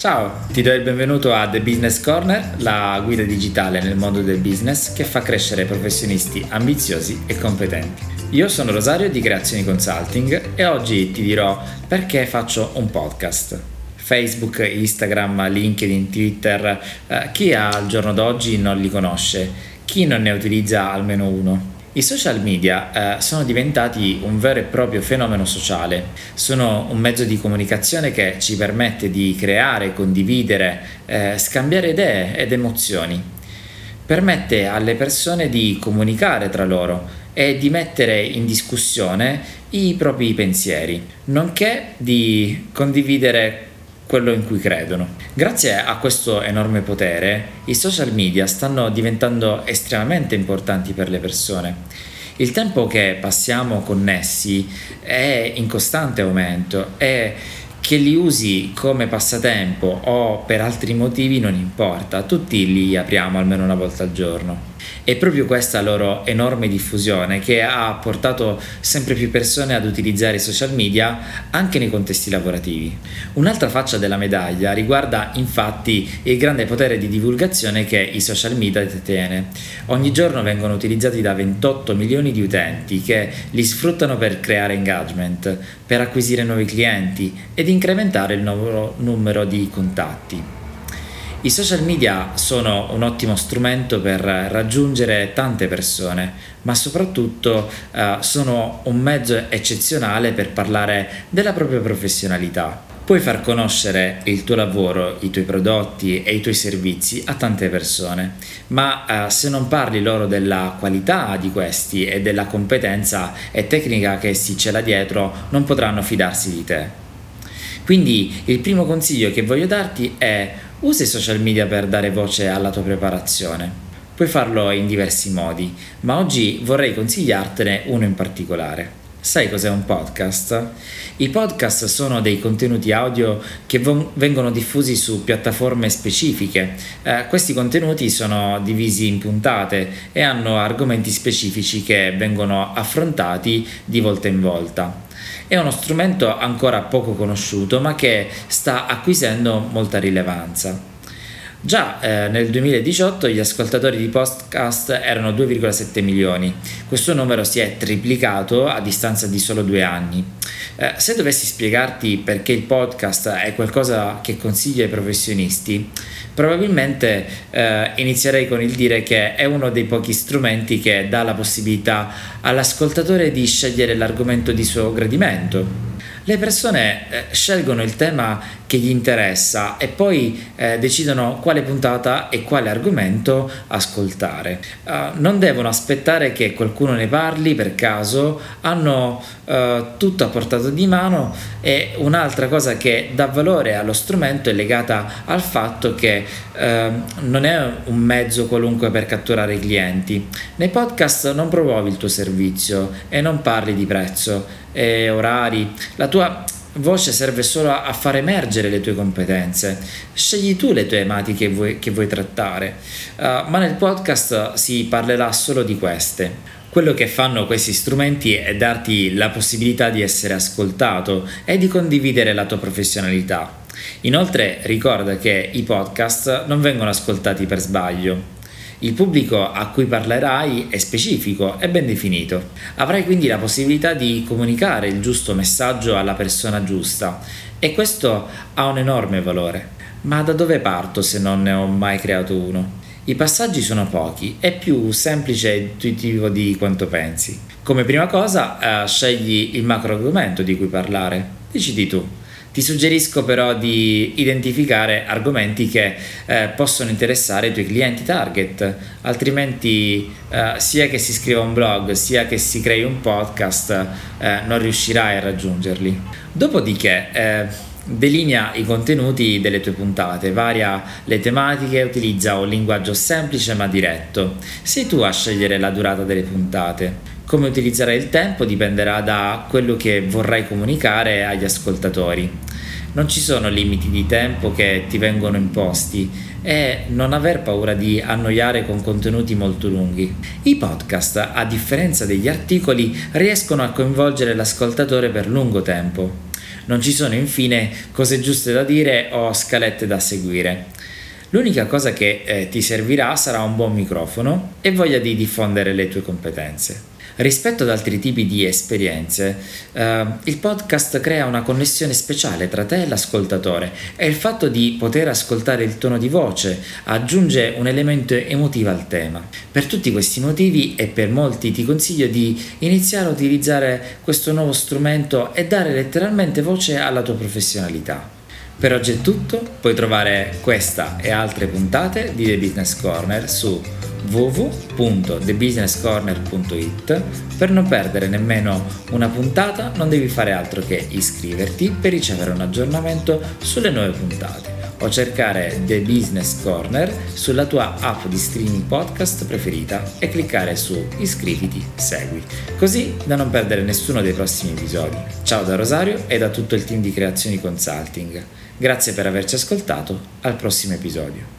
Ciao, ti do il benvenuto a The Business Corner, la guida digitale nel mondo del business che fa crescere professionisti ambiziosi e competenti. Io sono Rosario di Creazioni Consulting e oggi ti dirò perché faccio un podcast. Facebook, Instagram, LinkedIn, Twitter, chi al giorno d'oggi non li conosce? Chi non ne utilizza almeno uno? I social media sono diventati un vero e proprio fenomeno sociale, sono un mezzo di comunicazione che ci permette di creare, condividere, scambiare idee ed emozioni. Permette alle persone di comunicare tra loro e di mettere in discussione i propri pensieri, nonché di condividere quello in cui credono. Grazie a questo enorme potere, i social media stanno diventando estremamente importanti per le persone. Il tempo che passiamo connessi è in costante aumento e che li usi come passatempo o per altri motivi non importa, tutti li apriamo almeno una volta al giorno. È proprio questa loro enorme diffusione che ha portato sempre più persone ad utilizzare i social media anche nei contesti lavorativi. Un'altra faccia della medaglia riguarda infatti il grande potere di divulgazione che i social media detiene. Ogni giorno vengono utilizzati da 28 milioni di utenti che li sfruttano per creare engagement, per acquisire nuovi clienti ed incrementare il loro numero di contatti. I social media sono un ottimo strumento per raggiungere tante persone, ma soprattutto sono un mezzo eccezionale per parlare della propria professionalità. Puoi far conoscere il tuo lavoro, i tuoi prodotti e i tuoi servizi a tante persone, ma se non parli loro della qualità di questi e della competenza e tecnica che si cela dietro, non potranno fidarsi di te. Quindi il primo consiglio che voglio darti è: usa i social media per dare voce alla tua preparazione. Puoi farlo in diversi modi, ma oggi vorrei consigliartene uno in particolare. Sai cos'è un podcast? I podcast sono dei contenuti audio che vengono diffusi su piattaforme specifiche. Questi contenuti sono divisi in puntate e hanno argomenti specifici che vengono affrontati di volta in volta. È uno strumento ancora poco conosciuto, ma che sta acquisendo molta rilevanza. Già nel 2018 gli ascoltatori di podcast erano 2,7 milioni. Questo numero si è triplicato a distanza di solo 2 anni. Se dovessi spiegarti perché il podcast è qualcosa che consiglio ai professionisti, probabilmente inizierei con il dire che è uno dei pochi strumenti che dà la possibilità all'ascoltatore di scegliere l'argomento di suo gradimento. Le persone scelgono il tema che gli interessa e poi decidono quale puntata e quale argomento ascoltare. Non devono aspettare che qualcuno ne parli per caso, hanno tutto a portata di mano. E un'altra cosa che dà valore allo strumento è legata al fatto che non è un mezzo qualunque per catturare clienti. Nei podcast non promuovi il tuo servizio e non parli di prezzo e orari. La tua voce serve solo a far emergere le tue competenze. Scegli tu le tematiche che vuoi trattare, ma nel podcast si parlerà solo di queste. Quello che fanno questi strumenti è darti la possibilità di essere ascoltato e di condividere la tua professionalità. Inoltre ricorda che i podcast non vengono ascoltati per sbaglio. Il pubblico a cui parlerai è specifico e ben definito. Avrai quindi la possibilità di comunicare il giusto messaggio alla persona giusta e questo ha un enorme valore. Ma da dove parto se non ne ho mai creato uno? I passaggi sono pochi, è più semplice e intuitivo di quanto pensi. Come prima cosa, scegli il macro argomento di cui parlare. Decidi tu. Ti suggerisco però di identificare argomenti che possono interessare i tuoi clienti target, altrimenti sia che si scriva un blog sia che si crei un podcast non riuscirai a raggiungerli. Dopodiché delinea i contenuti delle tue puntate, varia le tematiche, utilizza un linguaggio semplice ma diretto. Sei tu a scegliere la durata delle puntate. Come utilizzare il tempo dipenderà da quello che vorrai comunicare agli ascoltatori. Non ci sono limiti di tempo che ti vengono imposti e non aver paura di annoiare con contenuti molto lunghi. I podcast, a differenza degli articoli, riescono a coinvolgere l'ascoltatore per lungo tempo. Non ci sono infine cose giuste da dire o scalette da seguire. L'unica cosa che ti servirà sarà un buon microfono e voglia di diffondere le tue competenze. Rispetto ad altri tipi di esperienze, il podcast crea una connessione speciale tra te e l'ascoltatore e il fatto di poter ascoltare il tono di voce aggiunge un elemento emotivo al tema. Per tutti questi motivi e per molti ti consiglio di iniziare a utilizzare questo nuovo strumento e dare letteralmente voce alla tua professionalità. Per oggi è tutto, puoi trovare questa e altre puntate di The Business Corner su www.thebusinesscorner.it. Per non perdere nemmeno una puntata non devi fare altro che iscriverti per ricevere un aggiornamento sulle nuove puntate o cercare The Business Corner sulla tua app di streaming podcast preferita e cliccare su iscriviti, segui, così da non perdere nessuno dei prossimi episodi. Ciao da Rosario e da tutto il team di Creazioni Consulting. Grazie per averci ascoltato, al prossimo episodio.